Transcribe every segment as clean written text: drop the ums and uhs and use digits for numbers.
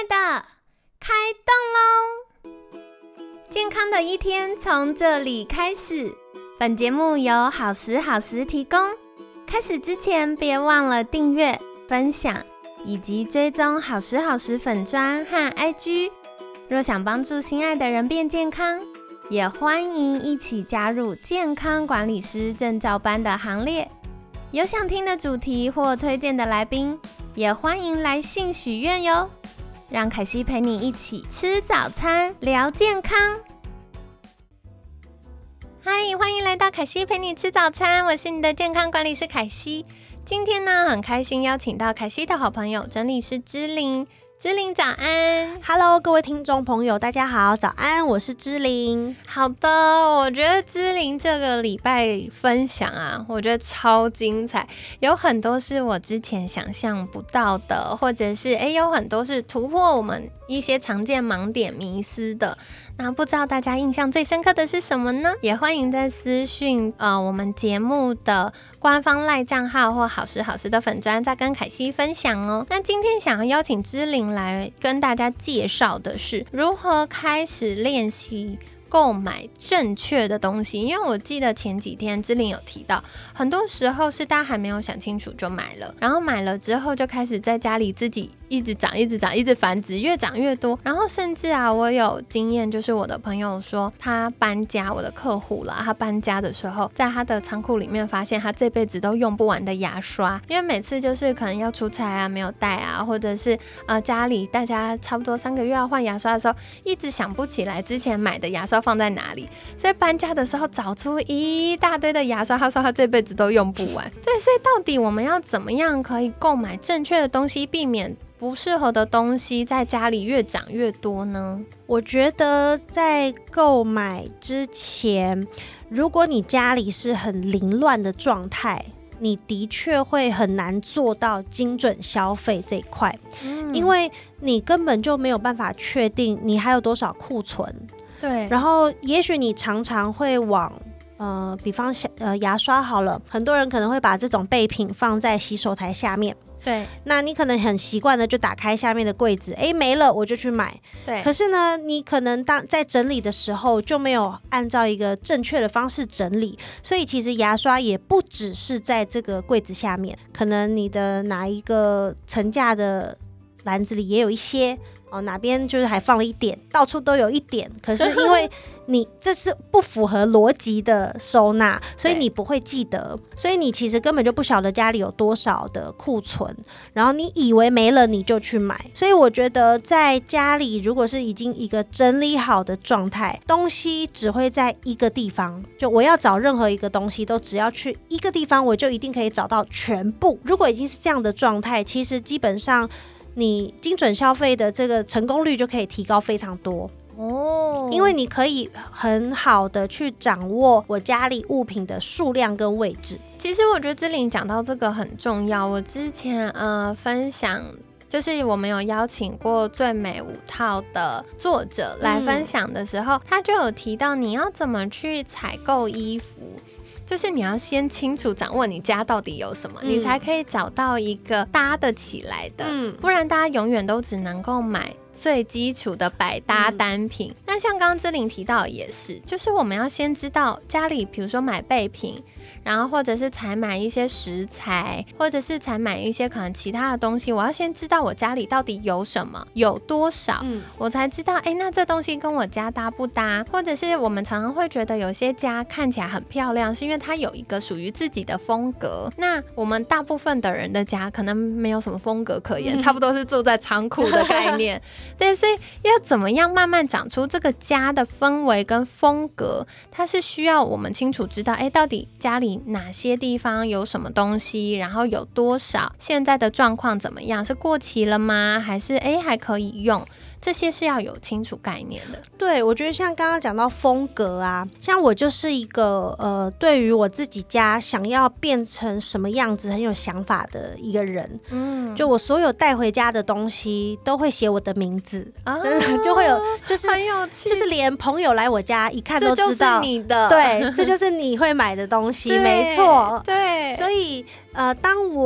的，开动喽！健康的一天从这里开始。本节目由好时好时提供。开始之前，别忘了订阅、分享以及追踪好时好时粉专和 IG。若想帮助心爱的人变健康，也欢迎一起加入健康管理师证照班的行列。有想听的主题或推荐的来宾，也欢迎来信许愿哟。让凯西陪你一起吃早餐，聊健康。嗨，欢迎来到凯西陪你吃早餐，我是你的健康管理师凯西。今天呢，很开心邀请到凯西的好朋友整理师芝玲。芝玲早安。 Hello， 各位听众朋友大家好，早安，我是芝玲。 好的，我觉得芝玲这个礼拜分享啊，我觉得超精彩，有很多是我之前想象不到的，或者是有很多是突破我们一些常见盲点迷思的。那不知道大家印象最深刻的是什么呢？也欢迎在私讯我们节目的官方LINE账号或好时好时的粉专再跟凯西分享哦。那今天想要邀请芝玲来跟大家介绍的是如何开始练习购买正确的东西。因为我记得前几天芝玲有提到，很多时候是大家还没有想清楚就买了，然后买了之后就开始在家里自己一直长一直长一直繁殖，越长越多。然后甚至我有经验，就是我的朋友说他搬家，我的客户啦，他搬家的时候在他的仓库里面发现他这辈子都用不完的牙刷，因为每次就是可能要出差没有带或者是家里大家差不多3个月要换牙刷的时候，一直想不起来之前买的牙刷放在哪里，所以搬家的时候找出一大堆的牙刷，他说他这辈子都用不完。对，所以到底我们要怎么样可以购买正确的东西，避免不适合的东西在家里越长越多呢？ 我觉得在购买之前，如果你家里是很凌乱的状态，你的确会很难做到精准消费这一块，因为你根本就没有办法确定你还有多少库存。 对， 然后也许你常常会往比方牙刷好了，很多人可能会把这种备品放在洗手台下面。 对， 那你可能很习惯的就打开下面的柜子，没了我就去买。 对， 可是呢，你可能在整理的时候就没有按照一个正确的方式整理，所以其实牙刷也不只是在这个柜子下面，可能你的哪一个层架的篮子里也有一些。哪边就是还放了一点，到处都有一点，可是因为你这是不符合逻辑的收纳，所以你不会记得，所以你其实根本就不晓得家里有多少的库存，然后你以为没了你就去买。所以我觉得在家里如果是已经一个整理好的状态，东西只会在一个地方，就我要找任何一个东西都只要去一个地方，我就一定可以找到全部。如果已经是这样的状态，其实基本上你精准消费的这个成功率就可以提高非常多因为你可以很好的去掌握我家里物品的数量跟位置。 其实我觉得芝玲讲到这个很重要，我之前分享就是我们有邀请过最美5套的作者来分享的时候，他就有提到你要怎么去采购衣服，就是你要先清楚掌握你家到底有什么，你才可以找到一个搭得起来的，不然大家永远都只能够买最基础的百搭单品。那像刚刚芝玲提到的也是，就是我们要先知道家里比如说买备品，然后或者是采买一些食材，或者是采买一些可能其他的东西，我要先知道我家里到底有什么，有多少，我才知道那这东西跟我家搭不搭。或者是我们常常会觉得有些家看起来很漂亮，是因为它有一个属于自己的风格，那我们大部分的人的家可能没有什么风格可言，差不多是住在仓库的概念对，所以要怎么样慢慢长出这个家的氛围跟风格，它是需要我们清楚知道到底家里哪些地方有什么东西，然后有多少，现在的状况怎么样，是过期了吗，还是还可以用，这些是要有清楚概念的。 对，我觉得像刚刚讲到风格啊，像我就是一个对于我自己家想要变成什么样子很有想法的一个人。就我所有带回家的东西都会写我的名字就会有，就是很有趣， 就是连朋友来我家一看都知道， 这就是你的， 对，这就是你会买的东西没错。 对， 所以当我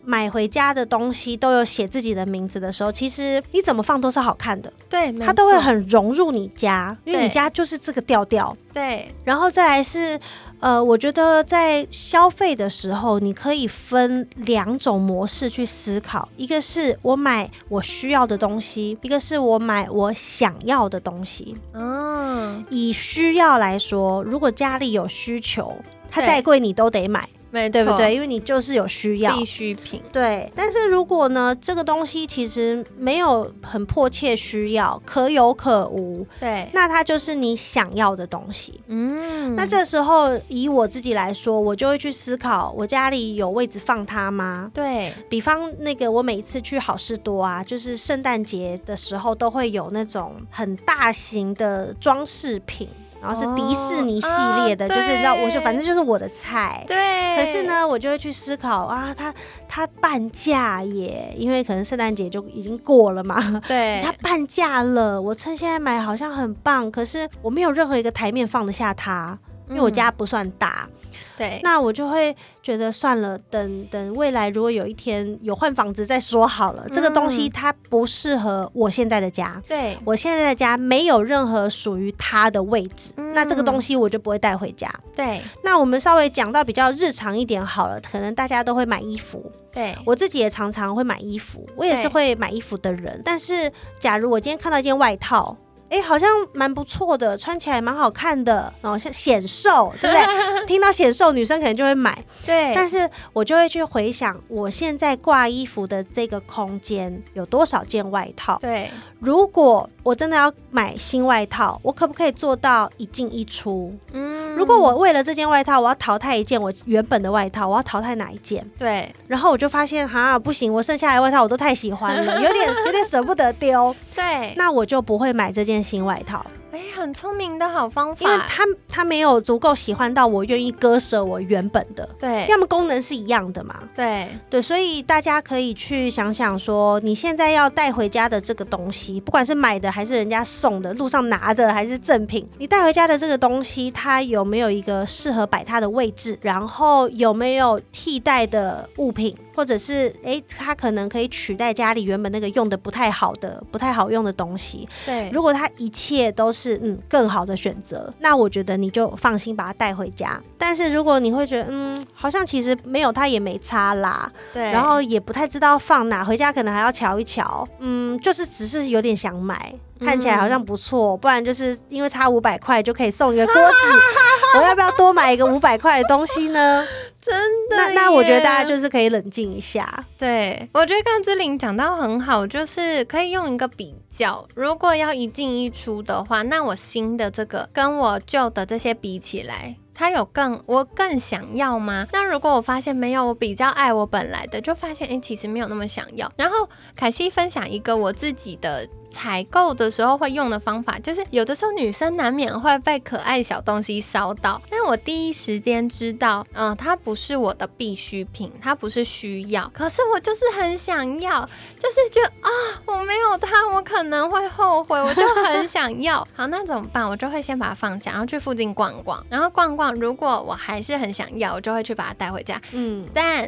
买回家的东西都有写自己的名字的时候，其实你怎么放都是好看的， 对， 它都会很融入你家，因为你家就是这个调调。 对， 然后再来是我觉得在消费的时候，你可以分2种模式去思考，一个是我买我需要的东西，一个是我买我想要的东西。以需要来说，如果家里有需求，它再贵你都得买，对不对？因为你就是有需要， 必需品。 对，但是如果呢，这个东西其实没有很迫切需要，可有可无， 对， 那它就是你想要的东西。那这时候以我自己来说，我就会去思考，我家里有位置放它吗？ 对， 比方那个我每一次去好事多啊，就是圣诞节的时候都会有那种很大型的装饰品。然后是迪士尼系列的，就是你知道，我就反正就是我的菜。 对。 可是呢，我就会去思考啊，它半价耶，因为可能圣诞节就已经过了嘛。 对。 它半价了，我趁现在买好像很棒，可是我没有任何一个台面放得下它，因为我家不算大。 对， 那我就会觉得算了，等未来如果有一天有换房子再说好了。这个东西它不适合我现在的家， 对， 我现在的家没有任何属于它的位置，那这个东西我就不会带回家。 对， 那我们稍微讲到比较日常一点好了，可能大家都会买衣服， 对，我自己也常常会买衣服，我也是会买衣服的人。但是假如我今天看到一件外套，好像蛮不错的，穿起来蛮好看的，然后像显瘦，对不对？听到显瘦，女生可能就会买。 对， 但是我就会去回想，我现在挂衣服的这个空间有多少件外套？ 对， 如果我真的要买新外套，我可不可以做到一进一出？如果我为了这件外套，我要淘汰一件我原本的外套，我要淘汰哪一件？ 对， 然后我就发现不行，我剩下来的外套我都太喜欢了，有点舍不得丢。 对， 那我就不会买这件新外套。 很聪明的好方法， 因为他没有足够喜欢到我愿意割舍我原本的， 对， 要么功能是一样的嘛，对，所以大家可以去想想说，你现在要带回家的这个东西，不管是买的还是人家送的，路上拿的还是赠品，你带回家的这个东西，它有没有一个适合摆它的位置，然后有没有替代的物品，或者是它可能可以取代家里原本那个用的不太好用的东西。 对， 如果它一切都是更好的选择，那我觉得你就放心把它带回家。但是如果你会觉得好像其实没有它也没差啦，对，然后也不太知道放哪，回家可能还要瞧一瞧，就是只是有点想买，看起来好像不错，不然就是因为差500块就可以送一个锅子我要不要多买一个500块的东西呢？ 真的那我觉得大家就是可以冷静一下。 对，我觉得刚刚芝玲讲到很好，就是可以用一个比较，如果要一进一出的话，那我新的这个跟我旧的这些比起来，它有我更想要吗？那如果我发现没有，我比较爱我本来的，就发现其实没有那么想要。然后凯西分享一个我自己的采购的时候会用的方法，就是有的时候女生难免会被可爱小东西烧到，但我第一时间知道它不是我的必需品，它不是需要，可是我就是很想要，就是觉得我没有它我可能会后悔，我就很想要好，那怎么办？我就会先把它放下，然后去附近逛逛，然后逛逛，如果我还是很想要，我就会去把它带回家。但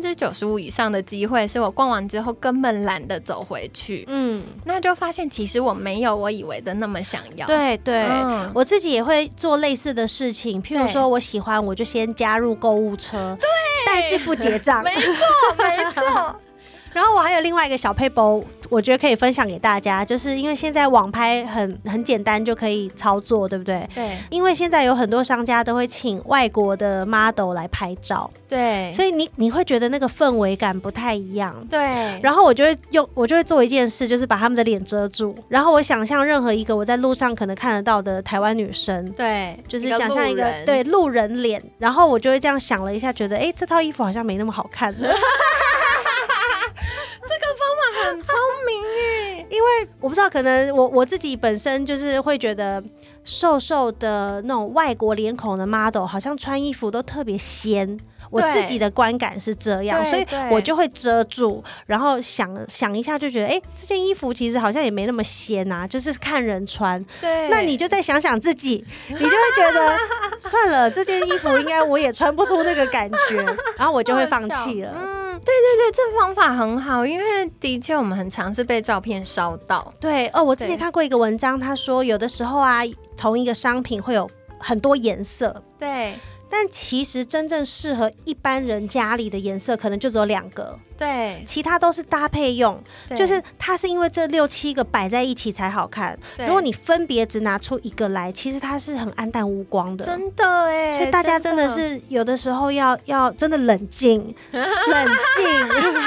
95%以上的机会是我逛完之后根本懒得走回去，那就发现其实我没有我以为的那么想要。 对对，我自己也会做类似的事情，譬如说我喜欢我就先加入购物车，对，但是不结账。 没错没错然后我还有另外一个小撇步，我觉得可以分享给大家，就是因为现在网拍很简单就可以操作，对不对？ 对。 因为现在有很多商家都会请外国的 model 来拍照， 对。 所以你会觉得那个氛围感不太一样。 对。 然后我就会做一件事，就是把他们的脸遮住，然后我想象任何一个我在路上可能看得到的台湾女生， 对， 就是想象一个对路人脸，然后我就会这样想了一下，觉得这套衣服好像没那么好看了。 这个方法很聪明耶， 因为我不知道，可能我自己本身就是会觉得瘦瘦的那种外国脸孔的 model 好像穿衣服都特别仙， 我自己的观感是这样，所以我就会遮住，然后想一下就觉得这件衣服其实好像也没那么仙啊，就是看人穿。 对， 那你就再想想自己，你就会觉得算了，这件衣服应该我也穿不出那个感觉，然后我就会放弃了。 对对对，这方法很好，因为的确我们很常是被照片烧到。 对我之前看过一个文章，他说有的时候啊，同一个商品会有很多颜色， 对， 但其实真正适合一般人家里的颜色可能就只有2个， 对， 其他都是搭配用，就是它是因为这6、7个摆在一起才好看。如果你分别只拿出1个来，其实它是很暗淡无光的， 真的耶。 所以大家真的是有的时候要真的冷静，冷静。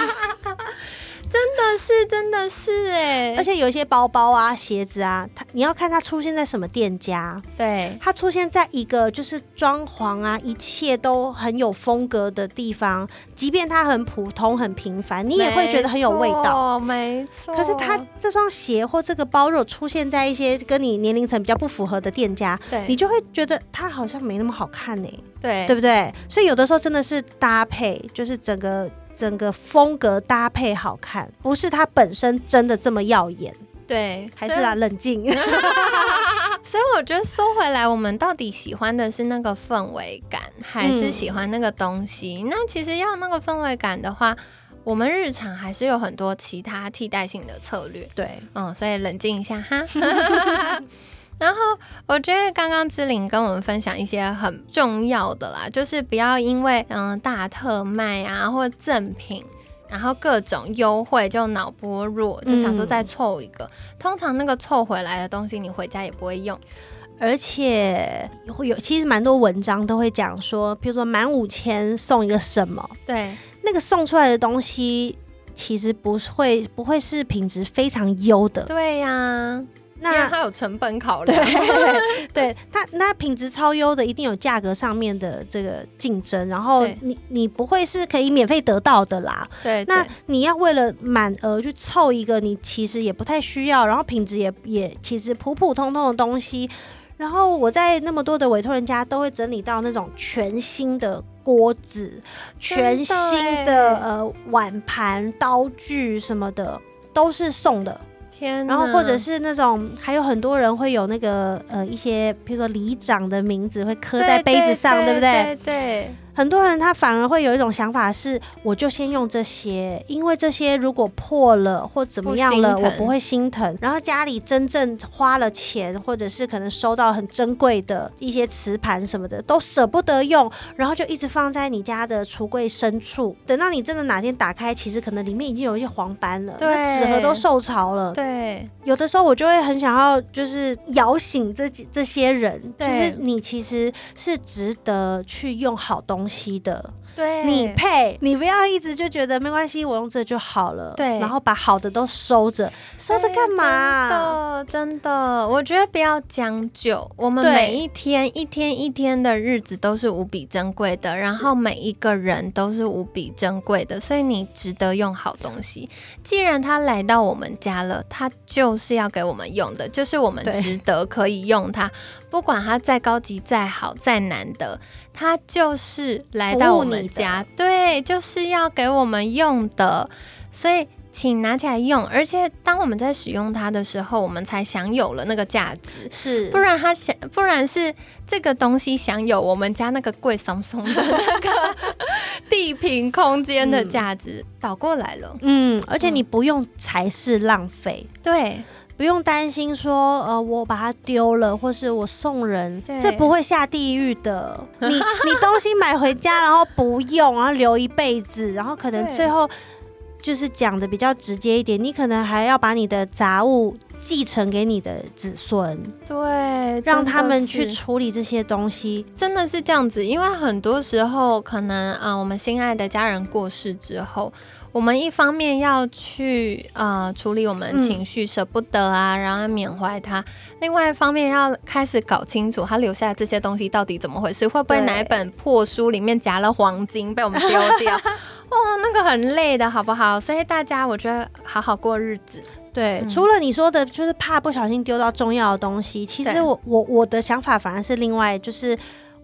真的是而且有一些包包啊、鞋子啊，你要看它出现在什么店家。 对，它出现在一个就是装潢啊，一切都很有风格的地方，即便它很普通、很平凡，你也会觉得很有味道。 没错。 可是它这双鞋或这个包，如果出现在一些跟你年龄层比较不符合的店家，你就会觉得它好像没那么好看呢。对不对？所以有的时候真的是搭配，就是整个风格搭配好看，不是它本身真的这么耀眼。 对， 还是冷静。 所以我觉得说回来，我们到底喜欢的是那个氛围感，还是喜欢那个东西？那其实要那个氛围感的话，我们日常还是有很多其他替代性的策略。 对， 所以冷静一下哈。然后我觉得刚刚芝玲跟我们分享一些很重要的啦，就是不要因为大特卖啊或赠品，然后各种优惠就脑波弱，就想说再凑一个。通常那个凑回来的东西，你回家也不会用。 而且其实蛮多文章都会讲说，比如说满5000送一个什么，对，那个送出来的东西其实不会是品质非常优的。 对呀。因为它有成本考量。 对，它品质超优的，一定有价格上面的这个竞争，然后你不会是可以免费得到的啦。对，那你要为了满额去凑一个你其实也不太需要，然后品质也其实普普通通的东西。然后我在那么多的委托人家都会整理到那种全新的锅子、全新的碗盘、刀具什么的，都是送的。然后或者是那种，还有很多人会有那个一些，比如说里长的名字会刻在杯子上，对不对？对。很多人他反而会有一种想法是，我就先用这些，因为这些如果破了或怎么样了，我不会心疼。然后家里真正花了钱，或者是可能收到很珍贵的一些瓷盘什么的，都舍不得用，然后就一直放在你家的橱柜深处。等到你真的哪天打开，其实可能里面已经有一些黄斑了，那纸盒都受潮了。对，有的时候我就会很想要，就是摇醒这些人，就是你其实是值得去用好东西的。对，你配，你不要一直就觉得没关系，我用这就好了。对，然后把好的都收着干嘛？ 真的，我觉得不要将就。我们每一天一天一天的日子都是无比珍贵的，然后每一个人都是无比珍贵的，所以你值得用好东西。既然他来到我们家了，他就是要给我们用的，就是我们值得可以用它，不管它再高级、再好、再难得，它就是来到我们家，对，就是要给我们用的，所以请拿起来用。而且当我们在使用它的时候，我们才享有了那个价值，是不然是这个东西享有我们家那个贵松松的那个地坪空间的价值，倒过来了。 而且你不用才是浪费，对。不用担心说我把它丢了，或是我送人，这不会下地狱的。你东西买回家然后不用，然后留一辈子，然后可能最后就是讲的比较直接一点，你可能还要把你的杂物继承给你的子孙，对，让他们去处理这些东西， 真的是这样子。因为很多时候可能我们心爱的家人过世之后，我们一方面要去处理我们情绪，舍不得啊，然后缅怀他；另外一方面要开始搞清楚他留下的这些东西到底怎么回事，会不会哪一本破书里面夹了黄金被我们丢掉？那个很累的，好不好？所以大家我觉得好好过日子。 对，除了你说的，就是怕不小心丢到重要的东西，其实我的想法反而是另外，就是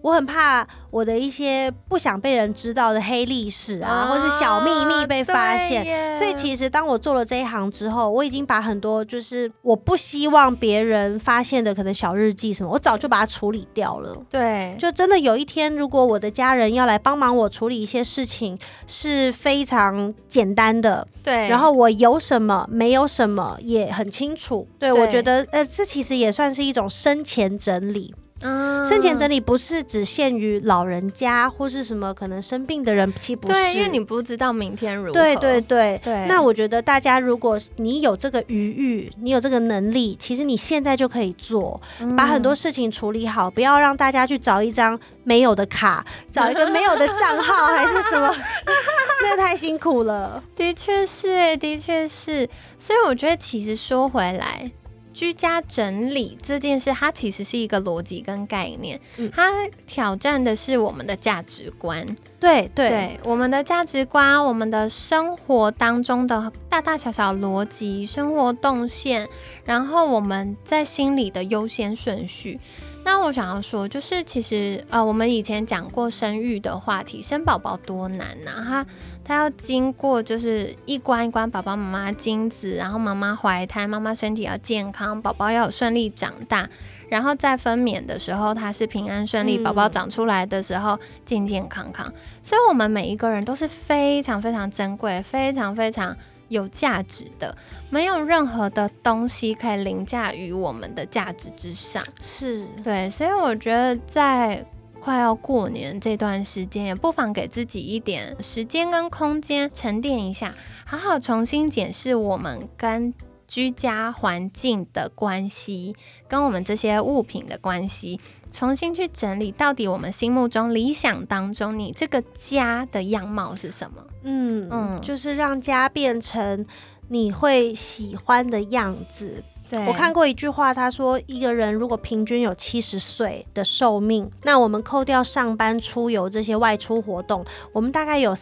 我很怕我的一些不想被人知道的黑历史啊，或是小秘密被发现。所以其实当我做了这一行之后，我已经把很多就是我不希望别人发现的可能小日记什么，我早就把它处理掉了。 对， 就真的有一天如果我的家人要来帮忙我处理一些事情是非常简单的， 对， 然后我有什么没有什么也很清楚。对，我觉得这其实也算是一种生前整理。生前整理不是只限于老人家或是什么可能生病的人，其实不是。 对，因为你不知道明天如何。 对对对对。那我觉得大家如果你有这个余裕，你有这个能力，其实你现在就可以做，把很多事情处理好，不要让大家去找一张没有的卡，找一个没有的账号还是什么，那太辛苦了。 的确是，的确是。所以我觉得其实说回来，居家整理这件事，它其实是一个逻辑跟概念，它挑战的是我们的价值观。 对对对，我们的价值观，我们的生活当中的大大小小逻辑、生活动线，然后我们在心里的优先顺序。那我想要说，就是其实我们以前讲过生育的话题，生宝宝多难啊！他要经过就是一关一关，爸爸妈妈精子，然后妈妈怀胎，妈妈身体要健康，宝宝要有顺利长大，然后在分娩的时候他是平安顺利，宝宝长出来的时候健健康康。所以我们每一个人都是非常非常珍贵，非常非常有价值的，没有任何的东西可以凌驾于我们的价值之上。 是， 对，所以我觉得在快要过年这段时间，也不妨给自己一点时间跟空间沉淀一下，好好重新检视我们跟居家环境的关系，跟我们这些物品的关系，重新去整理到底我们心目中理想当中你这个家的样貌是什么。 就是让家变成你会喜欢的样子。 对， 我看过一句话，他说一个人如果平均有70岁的寿命，那我们扣掉上班出游这些外出活动，我们大概有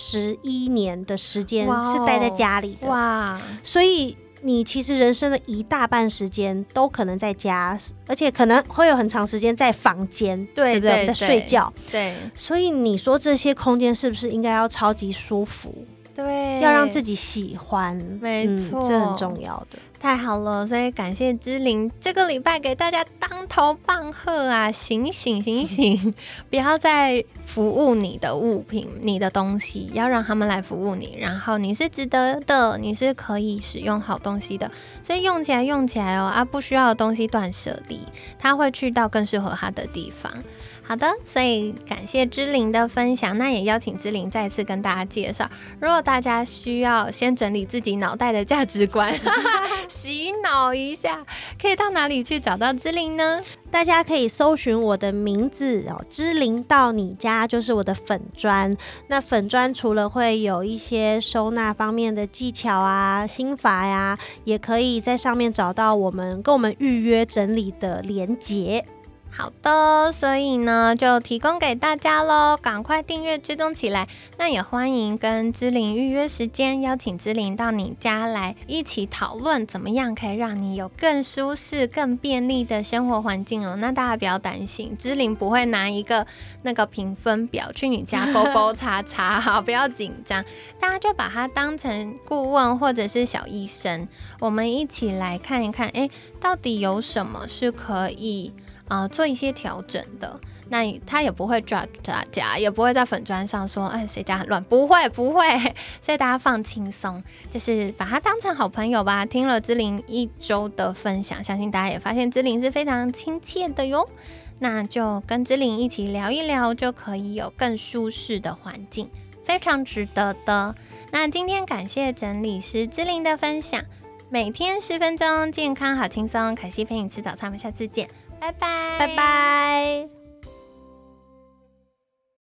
41年的时间是待在家里的。哇，所以你其实人生的一大半时间都可能在家，而且可能会有很长时间在房间，对不对？在睡觉。对，所以你说这些空间是不是应该要超级舒服？ 对， 要让自己喜欢， 没错， 这很重要的。 太好了，所以感谢芝玲这个礼拜给大家当头棒喝啊！醒醒醒醒，不要再服务你的物品、你的东西，要让他们来服务你。然后你是值得的，你是可以使用好东西的，所以用起来哦不需要的东西断舍离，它会去到更适合它的地方。好的，所以感谢芝玲的分享，那也邀请芝玲再次跟大家介绍，如果大家需要先整理自己脑袋的价值观洗脑一下，可以到哪里去找到芝玲呢？ 大家可以搜寻我的名字芝玲到你家，就是我的粉专。那粉专除了会有一些收纳方面的技巧啊、心法呀，也可以在上面找到跟我们预约整理的连结。 好的，所以呢就提供给大家咯，赶快订阅追踪起来。那也欢迎跟芝玲预约时间，邀请芝玲到你家来一起讨论怎么样可以让你有更舒适更便利的生活环境哦。那大家不要担心，芝玲不会拿一个那个评分表去你家勾勾叉叉好，不要紧张，大家就把它当成顾问或者是小医生，我们一起来看一看到底有什么是可以做一些调整的。那他也不会 judge 大家，也不会在粉专上说谁家很乱，不会，所以大家放轻松，就是把他当成好朋友吧。听了芝玲1周的分享，相信大家也发现芝玲是非常亲切的哟。那就跟芝玲一起聊一聊，就可以有更舒适的环境，非常值得的。那今天感谢整理师芝玲的分享，每天10分钟，健康好轻松，凯西陪你吃早餐，我们下次见，拜拜， 拜拜。